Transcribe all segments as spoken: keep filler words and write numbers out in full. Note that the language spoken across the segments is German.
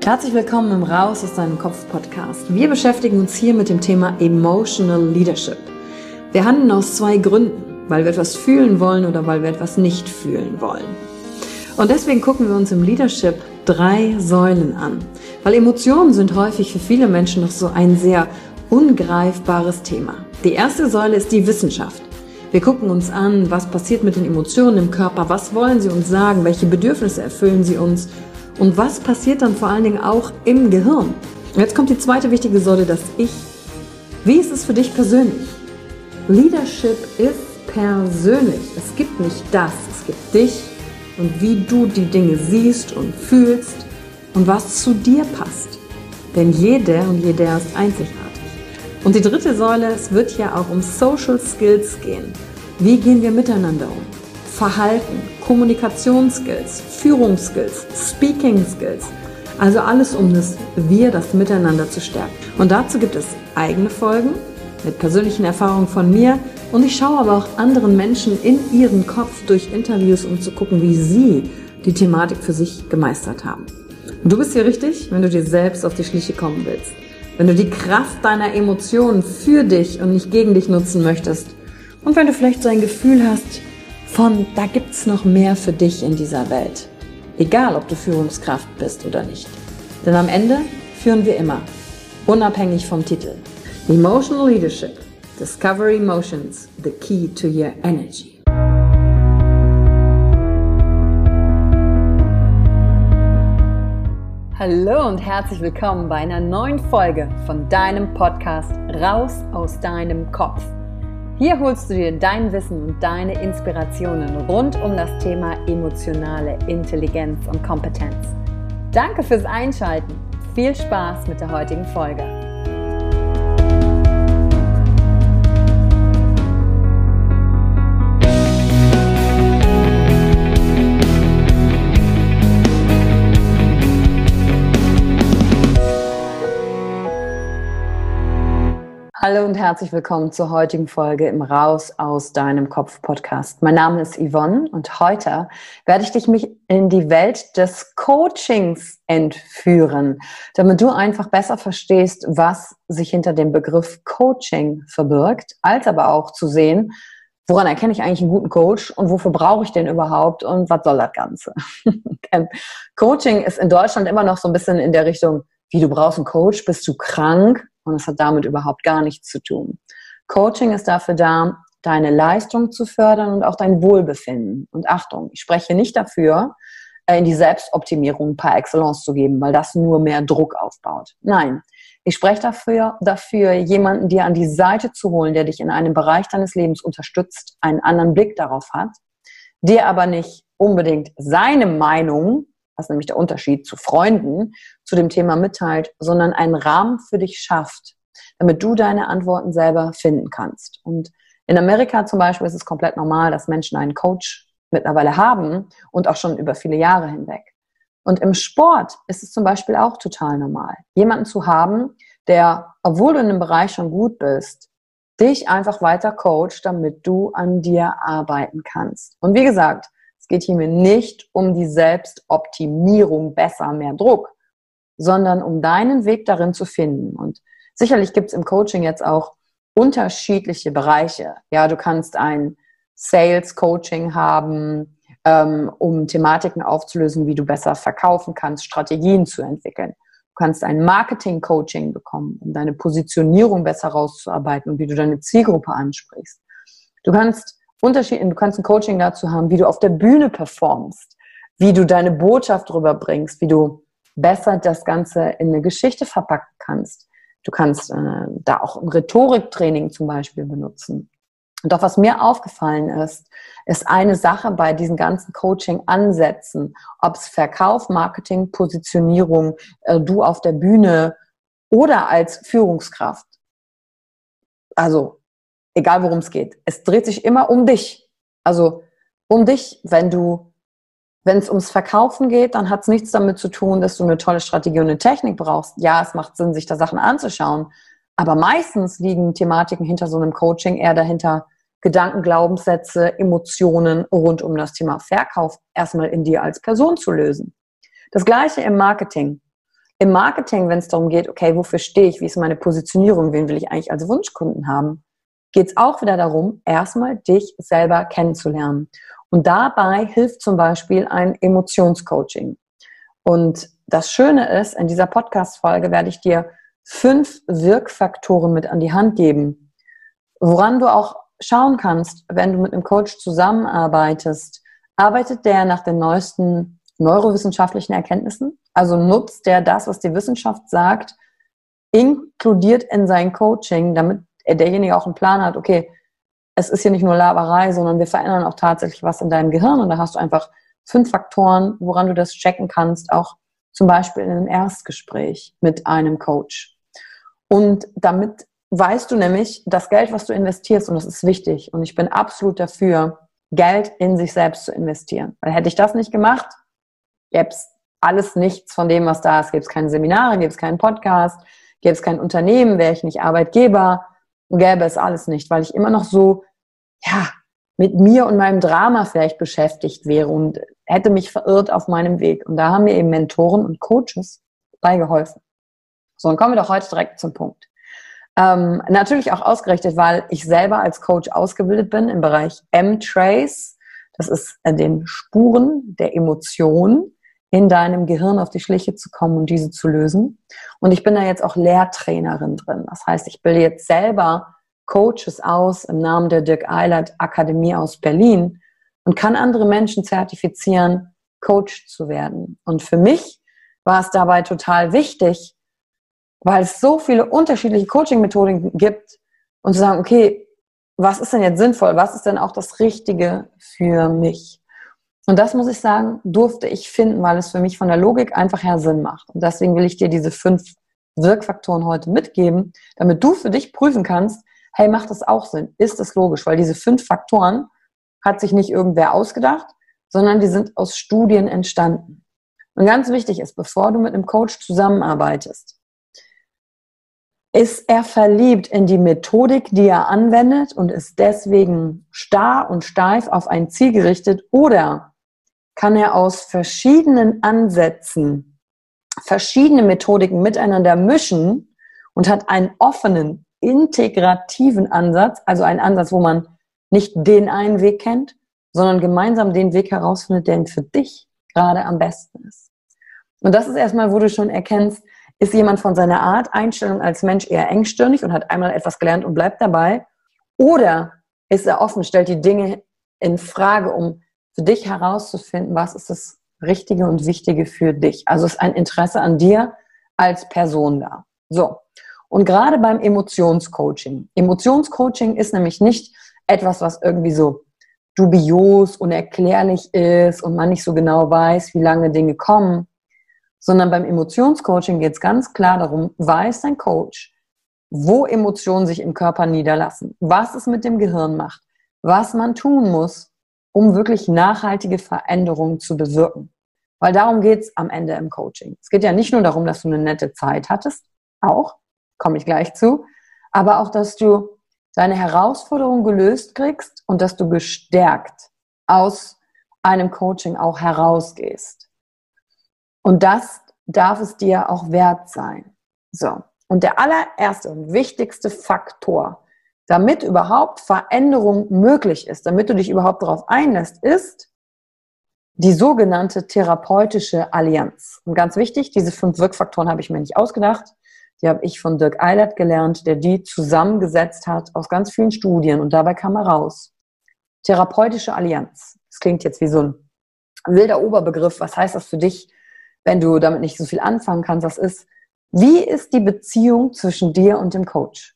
Herzlich willkommen im Raus aus deinem Kopf Podcast. Wir beschäftigen uns hier mit dem Thema Emotional Leadership. Wir handeln aus zwei Gründen, weil wir etwas fühlen wollen oder weil wir etwas nicht fühlen wollen. Und deswegen gucken wir uns im Leadership drei Säulen an, weil Emotionen sind häufig für viele Menschen noch so ein sehr ungreifbares Thema. Die erste Säule ist die Wissenschaft. Wir gucken uns an, was passiert mit den Emotionen im Körper, was wollen sie uns sagen, welche Bedürfnisse erfüllen sie uns und was passiert dann vor allen Dingen auch im Gehirn. Und jetzt kommt die zweite wichtige Säule, das Ich. Wie ist es für dich persönlich? Leadership ist persönlich. Es gibt nicht das, es gibt dich und wie du die Dinge siehst und fühlst und was zu dir passt. Denn jede und jeder ist einzigartig. Und die dritte Säule, es wird ja auch um Social Skills gehen. Wie gehen wir miteinander um? Verhalten, Kommunikationsskills, Führungsskills, Speaking Skills. Also alles um das Wir, das Miteinander zu stärken. Und dazu gibt es eigene Folgen mit persönlichen Erfahrungen von mir. Und ich schaue aber auch anderen Menschen in ihren Kopf durch Interviews, um zu gucken, wie sie die Thematik für sich gemeistert haben. Und du bist hier richtig, wenn du dir selbst auf die Schliche kommen willst. Wenn du die Kraft deiner Emotionen für dich und nicht gegen dich nutzen möchtest. Und wenn du vielleicht so ein Gefühl hast von, da gibt's noch mehr für dich in dieser Welt. Egal, ob du Führungskraft bist oder nicht. Denn am Ende führen wir immer, unabhängig vom Titel. Emotional Leadership. Discover Emotions, the key to your energy. Hallo und herzlich willkommen bei einer neuen Folge von deinem Podcast Raus aus deinem Kopf. Hier holst du dir dein Wissen und deine Inspirationen rund um das Thema emotionale Intelligenz und Kompetenz. Danke fürs Einschalten. Viel Spaß mit der heutigen Folge. Hallo und herzlich willkommen zur heutigen Folge im Raus aus deinem Kopf Podcast. Mein Name ist Yvonne und heute werde ich dich mich in die Welt des Coachings entführen, damit du einfach besser verstehst, was sich hinter dem Begriff Coaching verbirgt, als aber auch zu sehen, woran erkenne ich eigentlich einen guten Coach und wofür brauche ich den überhaupt und was soll das Ganze? Denn Coaching ist in Deutschland immer noch so ein bisschen in der Richtung, wie du brauchst einen Coach, bist du krank? Und es hat damit überhaupt gar nichts zu tun. Coaching ist dafür da, deine Leistung zu fördern und auch dein Wohlbefinden. Und Achtung, ich spreche nicht dafür, in die Selbstoptimierung par excellence zu geben, weil das nur mehr Druck aufbaut. Nein, ich spreche dafür, dafür, jemanden dir an die Seite zu holen, der dich in einem Bereich deines Lebens unterstützt, einen anderen Blick darauf hat, dir aber nicht unbedingt seine Meinung, das ist nämlich der Unterschied zu Freunden, zu dem Thema mitteilt, sondern einen Rahmen für dich schafft, damit du deine Antworten selber finden kannst. Und in Amerika zum Beispiel ist es komplett normal, dass Menschen einen Coach mittlerweile haben und auch schon über viele Jahre hinweg. Und im Sport ist es zum Beispiel auch total normal, jemanden zu haben, der, obwohl du in einem Bereich schon gut bist, dich einfach weiter coacht, damit du an dir arbeiten kannst. Und wie gesagt, es geht hier mir nicht um die Selbstoptimierung, besser, mehr Druck, sondern um deinen Weg darin zu finden. Und sicherlich gibt es im Coaching jetzt auch unterschiedliche Bereiche. Ja, du kannst ein Sales-Coaching haben, ähm, um Thematiken aufzulösen, wie du besser verkaufen kannst, Strategien zu entwickeln. Du kannst ein Marketing-Coaching bekommen, um deine Positionierung besser rauszuarbeiten und wie du deine Zielgruppe ansprichst. Du kannst Unterschied, du kannst ein Coaching dazu haben, wie du auf der Bühne performst, wie du deine Botschaft rüberbringst, wie du besser das Ganze in eine Geschichte verpacken kannst. Du kannst äh, da auch ein Rhetoriktraining zum Beispiel benutzen. Und doch was mir aufgefallen ist, ist eine Sache bei diesen ganzen Coaching-Ansätzen, ob es Verkauf, Marketing, Positionierung, äh, du auf der Bühne oder als Führungskraft. Also egal worum es geht. Es dreht sich immer um dich. Also um dich, wenn du, wenn es ums Verkaufen geht, dann hat es nichts damit zu tun, dass du eine tolle Strategie und eine Technik brauchst. Ja, es macht Sinn, sich da Sachen anzuschauen. Aber meistens liegen Thematiken hinter so einem Coaching eher dahinter, Gedanken, Glaubenssätze, Emotionen rund um das Thema Verkauf erstmal in dir als Person zu lösen. Das Gleiche im Marketing. im Marketing, wenn es darum geht, okay, wofür stehe ich, wie ist meine Positionierung, wen will ich eigentlich als Wunschkunden haben, geht es auch wieder darum, erstmal dich selber kennenzulernen. Und dabei hilft zum Beispiel ein Emotionscoaching. Und das Schöne ist, in dieser Podcast-Folge werde ich dir fünf Wirkfaktoren mit an die Hand geben, woran du auch schauen kannst, wenn du mit einem Coach zusammenarbeitest. Arbeitet der nach den neuesten neurowissenschaftlichen Erkenntnissen? Also nutzt der das, was die Wissenschaft sagt, inkludiert in sein Coaching, damit derjenige auch einen Plan hat, okay, es ist hier nicht nur Laberei, sondern wir verändern auch tatsächlich was in deinem Gehirn. Und da hast du einfach fünf Faktoren, woran du das checken kannst, auch zum Beispiel in einem Erstgespräch mit einem Coach. Und damit weißt du nämlich, das Geld, was du investierst, und das ist wichtig, und ich bin absolut dafür, Geld in sich selbst zu investieren. Weil hätte ich das nicht gemacht, gäbe es alles nichts von dem, was da ist. Gäbe es keine Seminare, gäbe es keinen Podcast, gäbe es kein Unternehmen, wäre ich nicht Arbeitgeber, gäbe es alles nicht, weil ich immer noch so, ja, mit mir und meinem Drama vielleicht beschäftigt wäre und hätte mich verirrt auf meinem Weg. Und da haben mir eben Mentoren und Coaches bei geholfen. So, und kommen wir doch heute direkt zum Punkt. Ähm, natürlich auch ausgerichtet, weil ich selber als Coach ausgebildet bin im Bereich M-Trace. Das ist äh, den Spuren der Emotionen in deinem Gehirn auf die Schliche zu kommen und diese zu lösen. Und ich bin da jetzt auch Lehrtrainerin drin. Das heißt, ich bilde jetzt selber Coaches aus im Namen der Dirk Eilert Akademie aus Berlin und kann andere Menschen zertifizieren, Coach zu werden. Und für mich war es dabei total wichtig, weil es so viele unterschiedliche Coaching-Methoden gibt und zu sagen, okay, was ist denn jetzt sinnvoll? Was ist denn auch das Richtige für mich? Und das, muss ich sagen, durfte ich finden, weil es für mich von der Logik einfach her Sinn macht. Und deswegen will ich dir diese fünf Wirkfaktoren heute mitgeben, damit du für dich prüfen kannst, hey, macht das auch Sinn? Ist das logisch? Weil diese fünf Faktoren hat sich nicht irgendwer ausgedacht, sondern die sind aus Studien entstanden. Und ganz wichtig ist, bevor du mit einem Coach zusammenarbeitest, ist er verliebt in die Methodik, die er anwendet und ist deswegen starr und steif auf ein Ziel gerichtet, oder kann er aus verschiedenen Ansätzen verschiedene Methodiken miteinander mischen und hat einen offenen, integrativen Ansatz, also einen Ansatz, wo man nicht den einen Weg kennt, sondern gemeinsam den Weg herausfindet, der für dich gerade am besten ist. Und das ist erstmal, wo du schon erkennst, ist jemand von seiner Art, Einstellung als Mensch eher engstirnig und hat einmal etwas gelernt und bleibt dabei? Oder ist er offen, stellt die Dinge in Frage, um für dich herauszufinden, was ist das Richtige und Wichtige für dich? Also ist ein Interesse an dir als Person da. So. Und gerade beim Emotionscoaching. Emotionscoaching ist nämlich nicht etwas, was irgendwie so dubios, unerklärlich ist und man nicht so genau weiß, wie lange Dinge kommen, sondern beim Emotionscoaching geht es ganz klar darum, weiß dein Coach, wo Emotionen sich im Körper niederlassen, was es mit dem Gehirn macht, was man tun muss, um wirklich nachhaltige Veränderungen zu bewirken. Weil darum geht es am Ende im Coaching. Es geht ja nicht nur darum, dass du eine nette Zeit hattest, auch, komme ich gleich zu, aber auch, dass du deine Herausforderung gelöst kriegst und dass du gestärkt aus einem Coaching auch herausgehst. Und das darf es dir auch wert sein. So. Und der allererste und wichtigste Faktor, damit überhaupt Veränderung möglich ist, damit du dich überhaupt darauf einlässt, ist die sogenannte therapeutische Allianz. Und ganz wichtig, diese fünf Wirkfaktoren habe ich mir nicht ausgedacht. Die habe ich von Dirk Eilert gelernt, der die zusammengesetzt hat aus ganz vielen Studien. Und dabei kam heraus, therapeutische Allianz. Das klingt jetzt wie so ein wilder Oberbegriff. Was heißt das für dich, wenn du damit nicht so viel anfangen kannst? Das ist, wie ist die Beziehung zwischen dir und dem Coach?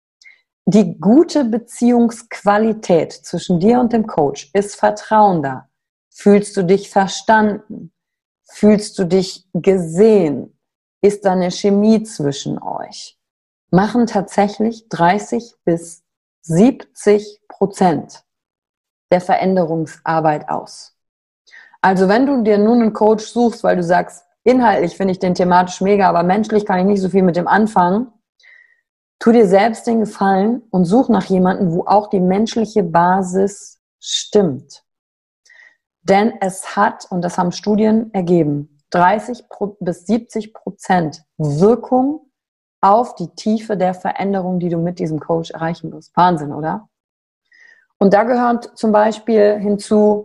Die gute Beziehungsqualität zwischen dir und dem Coach ist Vertrauen da. Fühlst du dich verstanden? Fühlst du dich gesehen? Ist da eine Chemie zwischen euch? Machen tatsächlich dreißig bis siebzig Prozent der Veränderungsarbeit aus. Also wenn du dir nun einen Coach suchst, weil du sagst, inhaltlich finde ich den thematisch mega, aber menschlich kann ich nicht so viel mit dem anfangen, tu dir selbst den Gefallen und such nach jemandem, wo auch die menschliche Basis stimmt. Denn es hat, und das haben Studien ergeben, dreißig bis siebzig Prozent Wirkung auf die Tiefe der Veränderung, die du mit diesem Coach erreichen wirst. Wahnsinn, oder? Und da gehört zum Beispiel hinzu,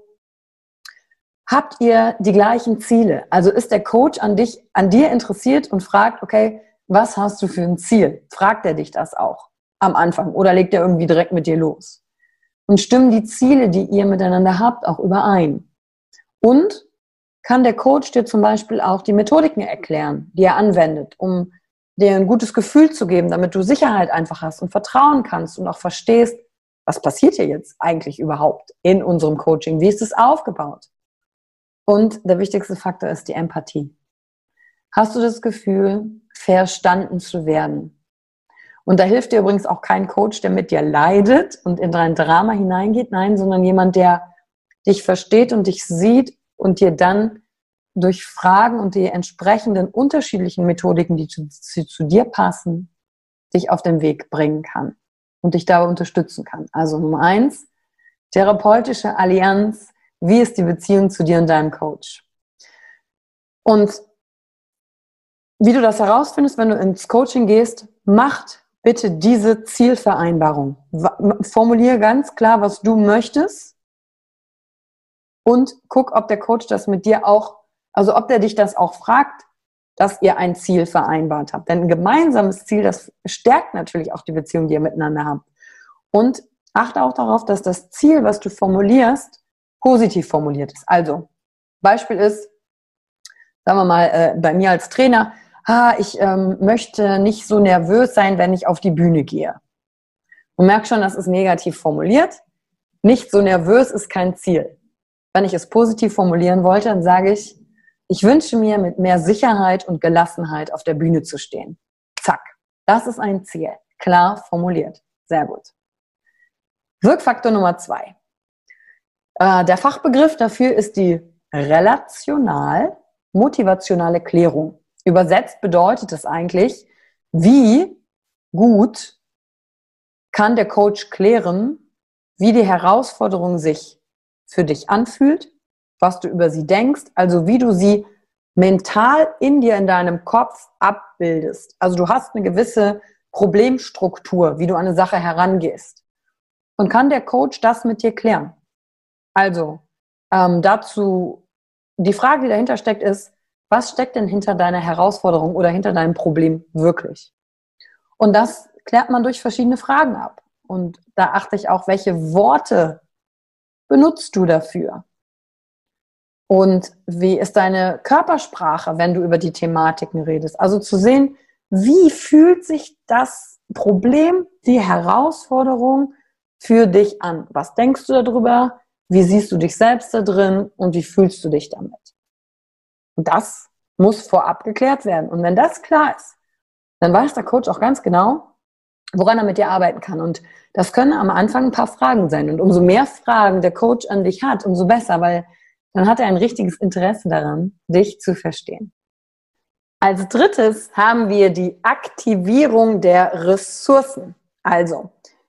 habt ihr die gleichen Ziele? Also ist der Coach an dich, an dir interessiert und fragt, okay, was hast du für ein Ziel? Fragt er dich das auch am Anfang oder legt er irgendwie direkt mit dir los? Und stimmen die Ziele, die ihr miteinander habt, auch überein? Und kann der Coach dir zum Beispiel auch die Methodiken erklären, die er anwendet, um dir ein gutes Gefühl zu geben, damit du Sicherheit einfach hast und vertrauen kannst und auch verstehst, was passiert hier jetzt eigentlich überhaupt in unserem Coaching? Wie ist es aufgebaut? Und der wichtigste Faktor ist die Empathie. Hast du das Gefühl, verstanden zu werden? Und da hilft dir übrigens auch kein Coach, der mit dir leidet und in dein Drama hineingeht, nein, sondern jemand, der dich versteht und dich sieht und dir dann durch Fragen und die entsprechenden unterschiedlichen Methodiken, die zu, zu, zu dir passen, dich auf den Weg bringen kann und dich dabei unterstützen kann. Also Nummer eins, therapeutische Allianz. Wie ist die Beziehung zu dir und deinem Coach? Und wie du das herausfindest, wenn du ins Coaching gehst, macht bitte diese Zielvereinbarung. Formuliere ganz klar, was du möchtest und guck, ob der Coach das mit dir auch, also ob der dich das auch fragt, dass ihr ein Ziel vereinbart habt. Denn ein gemeinsames Ziel, das stärkt natürlich auch die Beziehung, die ihr miteinander habt. Und achte auch darauf, dass das Ziel, was du formulierst, positiv formuliert ist. Also, Beispiel ist, sagen wir mal, äh, bei mir als Trainer, ah, ich ähm, möchte nicht so nervös sein, wenn ich auf die Bühne gehe. Du merkst schon, das ist negativ formuliert. Nicht so nervös ist kein Ziel. Wenn ich es positiv formulieren wollte, dann sage ich, ich wünsche mir, mit mehr Sicherheit und Gelassenheit auf der Bühne zu stehen. Zack. Das ist ein Ziel. Klar formuliert. Sehr gut. Wirkfaktor Nummer zwei. Äh, der Fachbegriff dafür ist die relational-motivationale Klärung. Übersetzt bedeutet es eigentlich, wie gut kann der Coach klären, wie die Herausforderung sich für dich anfühlt, was du über sie denkst, also wie du sie mental in dir, in deinem Kopf abbildest. Also du hast eine gewisse Problemstruktur, wie du an eine Sache herangehst. Und kann der Coach das mit dir klären? Also ähm, dazu, die Frage, die dahinter steckt, ist, was steckt denn hinter deiner Herausforderung oder hinter deinem Problem wirklich? Und das klärt man durch verschiedene Fragen ab. Und da achte ich auch, welche Worte benutzt du dafür? Und wie ist deine Körpersprache, wenn du über die Thematiken redest? Also zu sehen, wie fühlt sich das Problem, die Herausforderung für dich an? Was denkst du darüber? Wie siehst du dich selbst da drin? Und wie fühlst du dich damit? Und das muss vorab geklärt werden. Und wenn das klar ist, dann weiß der Coach auch ganz genau, woran er mit dir arbeiten kann. Und das können am Anfang ein paar Fragen sein. Und umso mehr Fragen der Coach an dich hat, umso besser, weil dann hat er ein richtiges Interesse daran, dich zu verstehen. Als drittes haben wir die Aktivierung der Ressourcen. Also,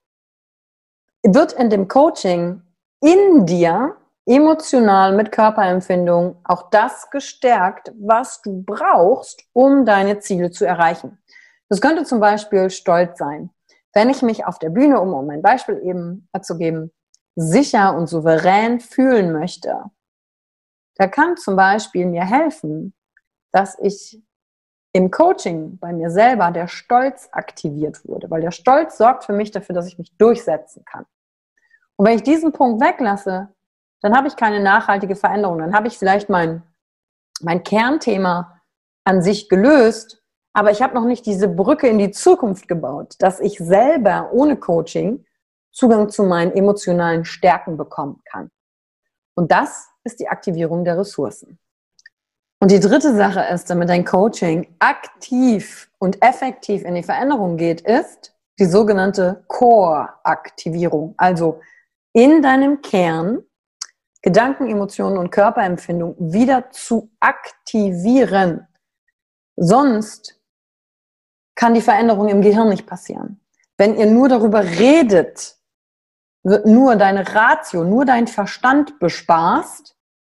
wird in dem Coaching in dir emotional mit Körperempfindung auch das gestärkt, was du brauchst, um deine Ziele zu erreichen. Das könnte zum Beispiel Stolz sein. Wenn ich mich auf der Bühne, um, um ein Beispiel eben zu geben, sicher und souverän fühlen möchte, da kann zum Beispiel mir helfen, dass ich im Coaching bei mir selber der Stolz aktiviert wurde, weil der Stolz sorgt für mich dafür, dass ich mich durchsetzen kann. Und wenn ich diesen Punkt weglasse, dann habe ich keine nachhaltige Veränderung. Dann habe ich vielleicht mein, mein Kernthema an sich gelöst, aber ich habe noch nicht diese Brücke in die Zukunft gebaut, dass ich selber ohne Coaching Zugang zu meinen emotionalen Stärken bekommen kann. Und das ist die Aktivierung der Ressourcen. Und die dritte Sache ist, damit dein Coaching aktiv und effektiv in die Veränderung geht, ist die sogenannte Core-Aktivierung. Also in deinem Kern Gedanken, Emotionen und Körperempfindung wieder zu aktivieren. Sonst kann die Veränderung im Gehirn nicht passieren. Wenn ihr nur darüber redet, wird nur deine Ratio, nur dein Verstand bespaßt,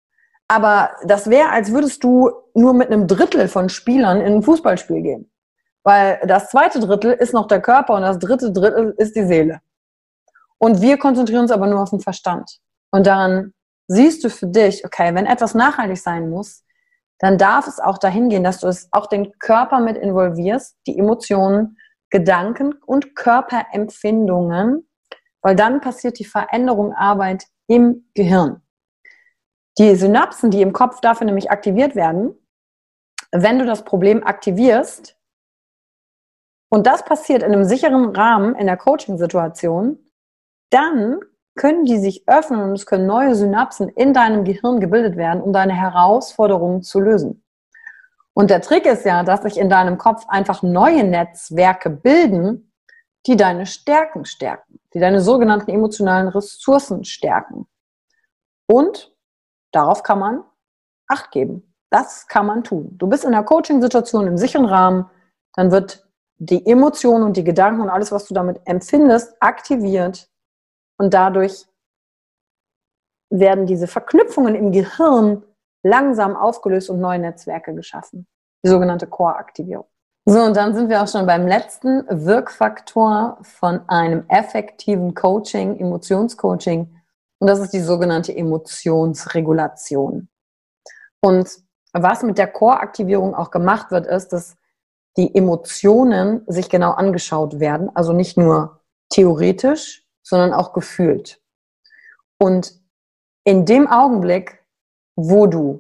Aber das wäre, als würdest du nur mit einem Drittel von Spielern in ein Fußballspiel gehen. Weil das zweite Drittel ist noch der Körper und das dritte Drittel ist die Seele. Und wir konzentrieren uns aber nur auf den Verstand. Und daran siehst du für dich, okay, wenn etwas nachhaltig sein muss, dann darf es auch dahin gehen, dass du es auch den Körper mit involvierst, die Emotionen, Gedanken und Körperempfindungen, weil dann passiert die Veränderung, Arbeit im Gehirn. Die Synapsen, die im Kopf dafür nämlich aktiviert werden, wenn du das Problem aktivierst, und das passiert in einem sicheren Rahmen in der Coaching-Situation, dann können die sich öffnen und es können neue Synapsen in deinem Gehirn gebildet werden, um deine Herausforderungen zu lösen. Und der Trick ist ja, dass sich in deinem Kopf einfach neue Netzwerke bilden, die deine Stärken stärken, die deine sogenannten emotionalen Ressourcen stärken. Und darauf kann man Acht geben. Das kann man tun. Du bist in einer Coaching-Situation im sicheren Rahmen, dann wird die Emotionen und die Gedanken und alles, was du damit empfindest, aktiviert. Und dadurch werden diese Verknüpfungen im Gehirn langsam aufgelöst und neue Netzwerke geschaffen. Die sogenannte Core-Aktivierung. So, und dann sind wir auch schon beim letzten Wirkfaktor von einem effektiven Coaching, Emotionscoaching. Und das ist die sogenannte Emotionsregulation. Und was mit der Core-Aktivierung auch gemacht wird, ist, dass die Emotionen sich genau angeschaut werden. Also nicht nur theoretisch, sondern auch gefühlt. Und in dem Augenblick, wo du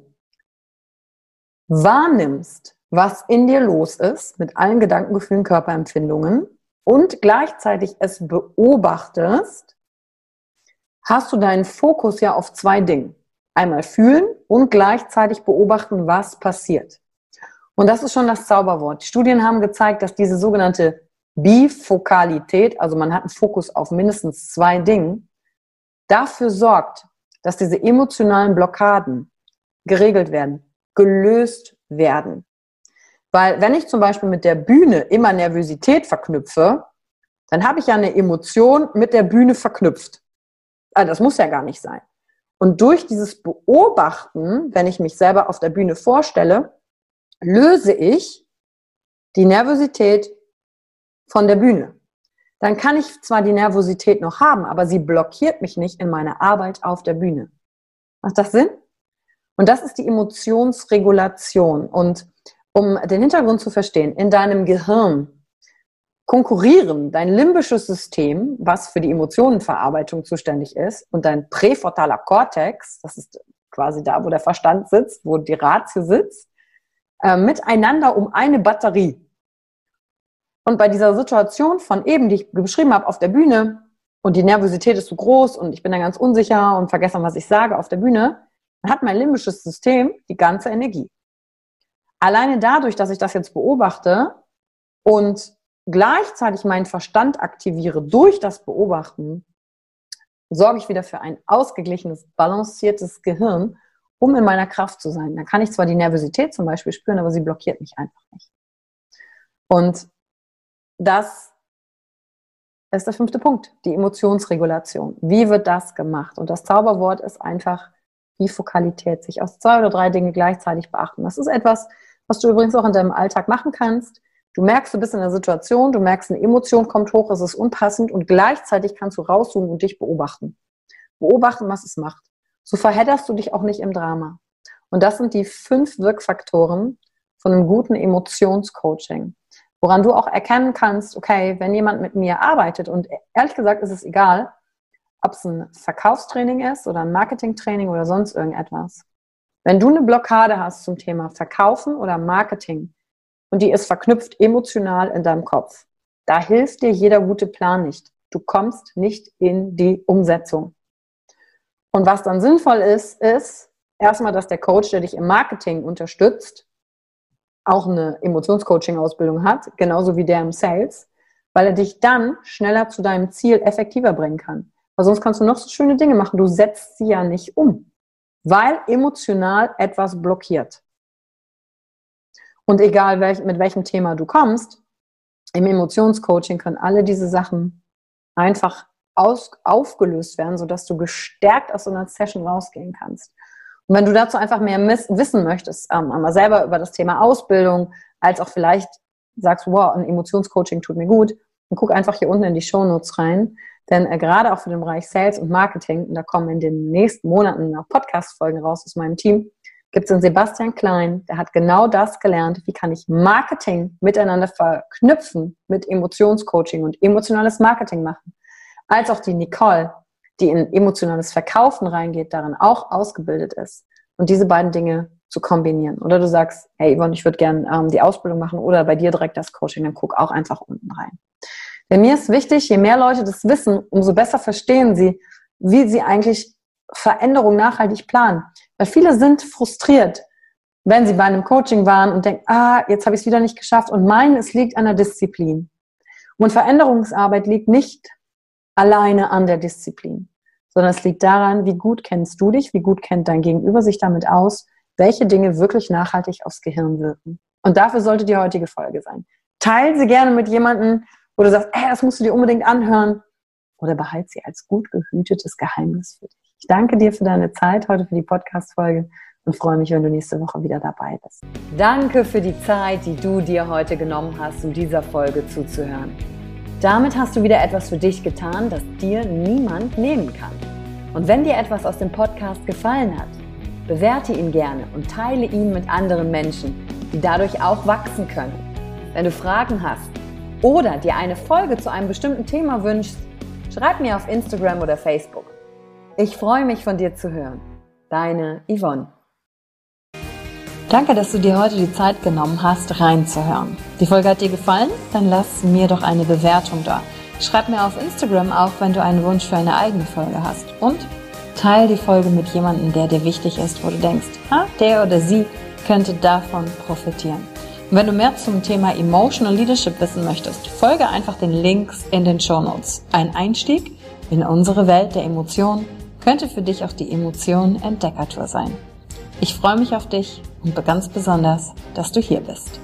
wahrnimmst, was in dir los ist, mit allen Gedanken, Gefühlen, Körperempfindungen und gleichzeitig es beobachtest, hast du deinen Fokus ja auf zwei Dinge. Einmal fühlen und gleichzeitig beobachten, was passiert. Und das ist schon das Zauberwort. Die Studien haben gezeigt, dass diese sogenannte Bifokalität, also man hat einen Fokus auf mindestens zwei Dingen, dafür sorgt, dass diese emotionalen Blockaden geregelt werden, gelöst werden. Weil wenn ich zum Beispiel mit der Bühne immer Nervosität verknüpfe, dann habe ich ja eine Emotion mit der Bühne verknüpft. Also das muss ja gar nicht sein. Und durch dieses Beobachten, wenn ich mich selber auf der Bühne vorstelle, löse ich die Nervosität von der Bühne. Dann kann ich zwar die Nervosität noch haben, aber sie blockiert mich nicht in meiner Arbeit auf der Bühne. Macht das Sinn? Und das ist die Emotionsregulation. Und um den Hintergrund zu verstehen, in deinem Gehirn konkurrieren dein limbisches System, was für die Emotionenverarbeitung zuständig ist, und dein präfrontaler Kortex, das ist quasi da, wo der Verstand sitzt, wo die Ratio sitzt, äh, miteinander um eine Batterie. Und bei dieser Situation von eben, die ich beschrieben habe, auf der Bühne, und die Nervosität ist so groß und ich bin dann ganz unsicher und vergesse, was ich sage auf der Bühne, dann hat mein limbisches System die ganze Energie. Alleine dadurch, dass ich das jetzt beobachte und gleichzeitig meinen Verstand aktiviere durch das Beobachten, sorge ich wieder für ein ausgeglichenes, balanciertes Gehirn, um in meiner Kraft zu sein. Dann kann ich zwar die Nervosität zum Beispiel spüren, aber sie blockiert mich einfach nicht. Und das ist der fünfte Punkt, die Emotionsregulation. Wie wird das gemacht? Und das Zauberwort ist einfach Bifokalität, sich aus zwei oder drei Dinge gleichzeitig beachten. Das ist etwas, was du übrigens auch in deinem Alltag machen kannst. Du merkst, du bist in der Situation, du merkst, eine Emotion kommt hoch, es ist unpassend und gleichzeitig kannst du rauszoomen und dich beobachten. Beobachten, was es macht. So verhedderst du dich auch nicht im Drama. Und das sind die fünf Wirkfaktoren von einem guten Emotionscoaching, woran du auch erkennen kannst, okay, wenn jemand mit mir arbeitet, und ehrlich gesagt ist es egal, ob es ein Verkaufstraining ist oder ein Marketingtraining oder sonst irgendetwas. Wenn du eine Blockade hast zum Thema Verkaufen oder Marketing und die ist verknüpft emotional in deinem Kopf, da hilft dir jeder gute Plan nicht. Du kommst nicht in die Umsetzung. Und was dann sinnvoll ist, ist erstmal, dass der Coach, der dich im Marketing unterstützt, auch eine Emotionscoaching-Ausbildung hat, genauso wie der im Sales, weil er dich dann schneller zu deinem Ziel effektiver bringen kann. Weil sonst kannst du noch so schöne Dinge machen, du setzt sie ja nicht um, weil emotional etwas blockiert. Und egal welch, mit welchem Thema du kommst, im Emotionscoaching können alle diese Sachen einfach aus, aufgelöst werden, sodass du gestärkt aus so einer Session rausgehen kannst. Und wenn du dazu einfach mehr wissen möchtest, ähm, einmal selber über das Thema Ausbildung, als auch vielleicht sagst, wow, ein Emotionscoaching tut mir gut, dann guck einfach hier unten in die Shownotes rein. Denn äh, gerade auch für den Bereich Sales und Marketing, und da kommen in den nächsten Monaten noch Podcast-Folgen raus aus meinem Team, gibt es den Sebastian Klein, der hat genau das gelernt, wie kann ich Marketing miteinander verknüpfen mit Emotionscoaching und emotionales Marketing machen. Als auch die Nicole, die in emotionales Verkaufen reingeht, darin auch ausgebildet ist. Und diese beiden Dinge zu kombinieren. Oder du sagst, hey Yvonne, ich würde gerne ähm, die Ausbildung machen oder bei dir direkt das Coaching, dann guck auch einfach unten rein. Denn mir ist wichtig, je mehr Leute das wissen, umso besser verstehen sie, wie sie eigentlich Veränderung nachhaltig planen. Weil viele sind frustriert, wenn sie bei einem Coaching waren und denken, ah, jetzt habe ich es wieder nicht geschafft und meinen, es liegt an der Disziplin. Und Veränderungsarbeit liegt nicht alleine an der Disziplin, sondern es liegt daran, wie gut kennst du dich, wie gut kennt dein Gegenüber sich damit aus, welche Dinge wirklich nachhaltig aufs Gehirn wirken. Und dafür sollte die heutige Folge sein. Teil sie gerne mit jemandem, wo du sagst, hey, das musst du dir unbedingt anhören, oder behalte sie als gut gehütetes Geheimnis für dich. Ich danke dir für deine Zeit heute für die Podcast-Folge und freue mich, wenn du nächste Woche wieder dabei bist. Danke für die Zeit, die du dir heute genommen hast, um dieser Folge zuzuhören. Damit hast du wieder etwas für dich getan, das dir niemand nehmen kann. Und wenn dir etwas aus dem Podcast gefallen hat, bewerte ihn gerne und teile ihn mit anderen Menschen, die dadurch auch wachsen können. Wenn du Fragen hast oder dir eine Folge zu einem bestimmten Thema wünschst, schreib mir auf Instagram oder Facebook. Ich freue mich, von dir zu hören. Deine Yvonne. Danke, dass du dir heute die Zeit genommen hast, reinzuhören. Die Folge hat dir gefallen? Dann lass mir doch eine Bewertung da. Schreib mir auf Instagram auch, wenn du einen Wunsch für eine eigene Folge hast. Und teile die Folge mit jemandem, der dir wichtig ist, wo du denkst, ah, der oder sie könnte davon profitieren. Und wenn du mehr zum Thema Emotional Leadership wissen möchtest, folge einfach den Links in den Shownotes. Ein Einstieg in unsere Welt der Emotionen könnte für dich auch die Emotionen Entdeckertour sein. Ich freue mich auf dich und ganz besonders, dass du hier bist.